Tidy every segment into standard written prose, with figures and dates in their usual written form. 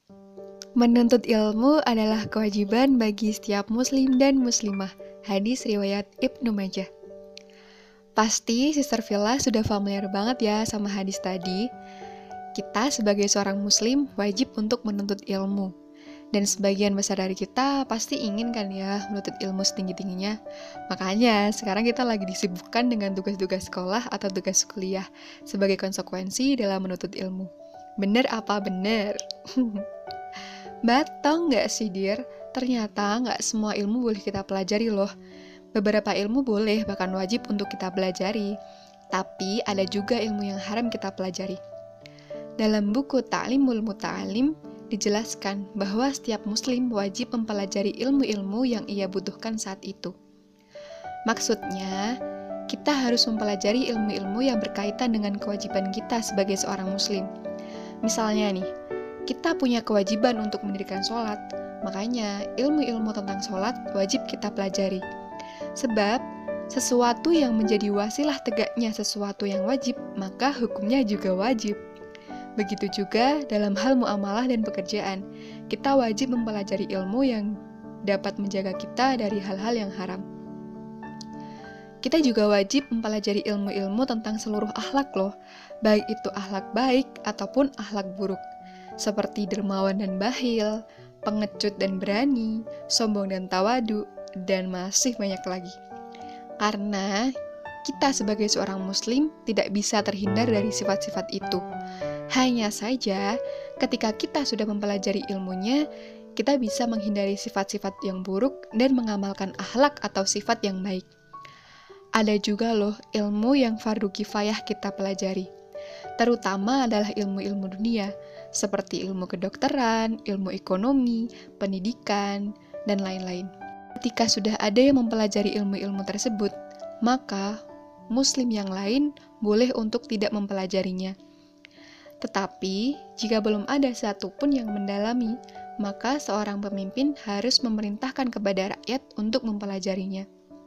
Menuntut ilmu adalah kewajiban bagi setiap muslim dan muslimah. Hadis riwayat Ibnu Majah. Pasti Sister Villa sudah familiar banget ya sama hadis tadi. Kita sebagai seorang muslim wajib untuk menuntut ilmu. Dan sebagian besar dari kita pasti ingin kan ya menuntut ilmu setinggi-tingginya. Makanya sekarang kita lagi disibukkan dengan tugas-tugas sekolah atau tugas kuliah sebagai konsekuensi dalam menuntut ilmu. Bener apa bener? Tau nggak sih, Dir? Ternyata nggak semua ilmu boleh kita pelajari loh. Beberapa ilmu boleh, bahkan wajib untuk kita pelajari. Tapi ada juga ilmu yang haram kita pelajari. Dalam buku Ta'limul Muta'alim, dijelaskan bahwa setiap muslim wajib mempelajari ilmu-ilmu yang ia butuhkan saat itu. Maksudnya, kita harus mempelajari ilmu-ilmu yang berkaitan dengan kewajiban kita sebagai seorang muslim. Misalnya nih, kita punya kewajiban untuk mendirikan sholat, makanya ilmu-ilmu tentang sholat wajib kita pelajari. Sebab, sesuatu yang menjadi wasilah tegaknya sesuatu yang wajib, maka hukumnya juga wajib. Begitu juga dalam hal muamalah dan pekerjaan, kita wajib mempelajari ilmu yang dapat menjaga kita dari hal-hal yang haram. Kita juga wajib mempelajari ilmu-ilmu tentang seluruh akhlak loh, baik itu akhlak baik ataupun akhlak buruk. Seperti dermawan dan bakhil, pengecut dan berani, sombong dan tawadu, dan masih banyak lagi. Karena kita sebagai seorang muslim tidak bisa terhindar dari sifat-sifat itu. Hanya saja, ketika kita sudah mempelajari ilmunya, kita bisa menghindari sifat-sifat yang buruk dan mengamalkan akhlak atau sifat yang baik. Ada juga loh ilmu yang fardu kifayah kita pelajari. Terutama adalah ilmu-ilmu dunia, seperti ilmu kedokteran, ilmu ekonomi, pendidikan, dan lain-lain. Ketika sudah ada yang mempelajari ilmu-ilmu tersebut, maka muslim yang lain boleh untuk tidak mempelajarinya. Tetapi, jika belum ada satupun yang mendalami, maka seorang pemimpin harus memerintahkan kepada rakyat untuk mempelajarinya.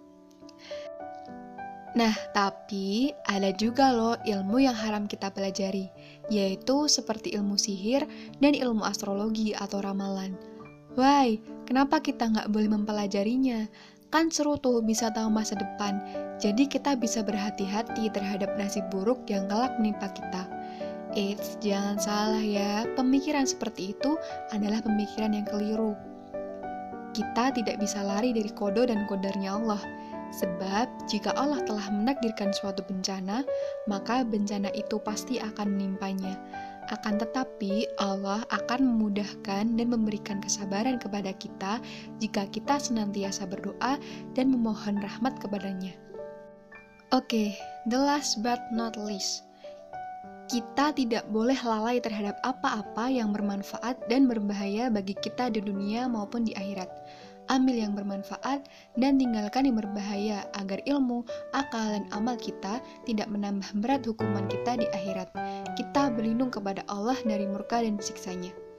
Nah, tapi ada juga loh ilmu yang haram kita pelajari, yaitu seperti ilmu sihir dan ilmu astrologi atau ramalan. Why, kenapa kita nggak boleh mempelajarinya? Kan seru tuh bisa tahu masa depan, jadi kita bisa berhati-hati terhadap nasib buruk yang kelak menimpa kita. Eits, jangan salah ya, pemikiran seperti itu adalah pemikiran yang keliru. Kita tidak bisa lari dari qada dan qadarnya Allah. Sebab, jika Allah telah menakdirkan suatu bencana, maka bencana itu pasti akan menimpanya. Akan tetapi, Allah akan memudahkan dan memberikan kesabaran kepada kita jika kita senantiasa berdoa dan memohon rahmat kepadanya. Oke, the last but not least. Kita tidak boleh lalai terhadap apa-apa yang bermanfaat dan berbahaya bagi kita di dunia maupun di akhirat. Ambil yang bermanfaat dan tinggalkan yang berbahaya agar ilmu, akal, dan amal kita tidak menambah berat hukuman kita di akhirat. Kita berlindung kepada Allah dari murka dan siksanya.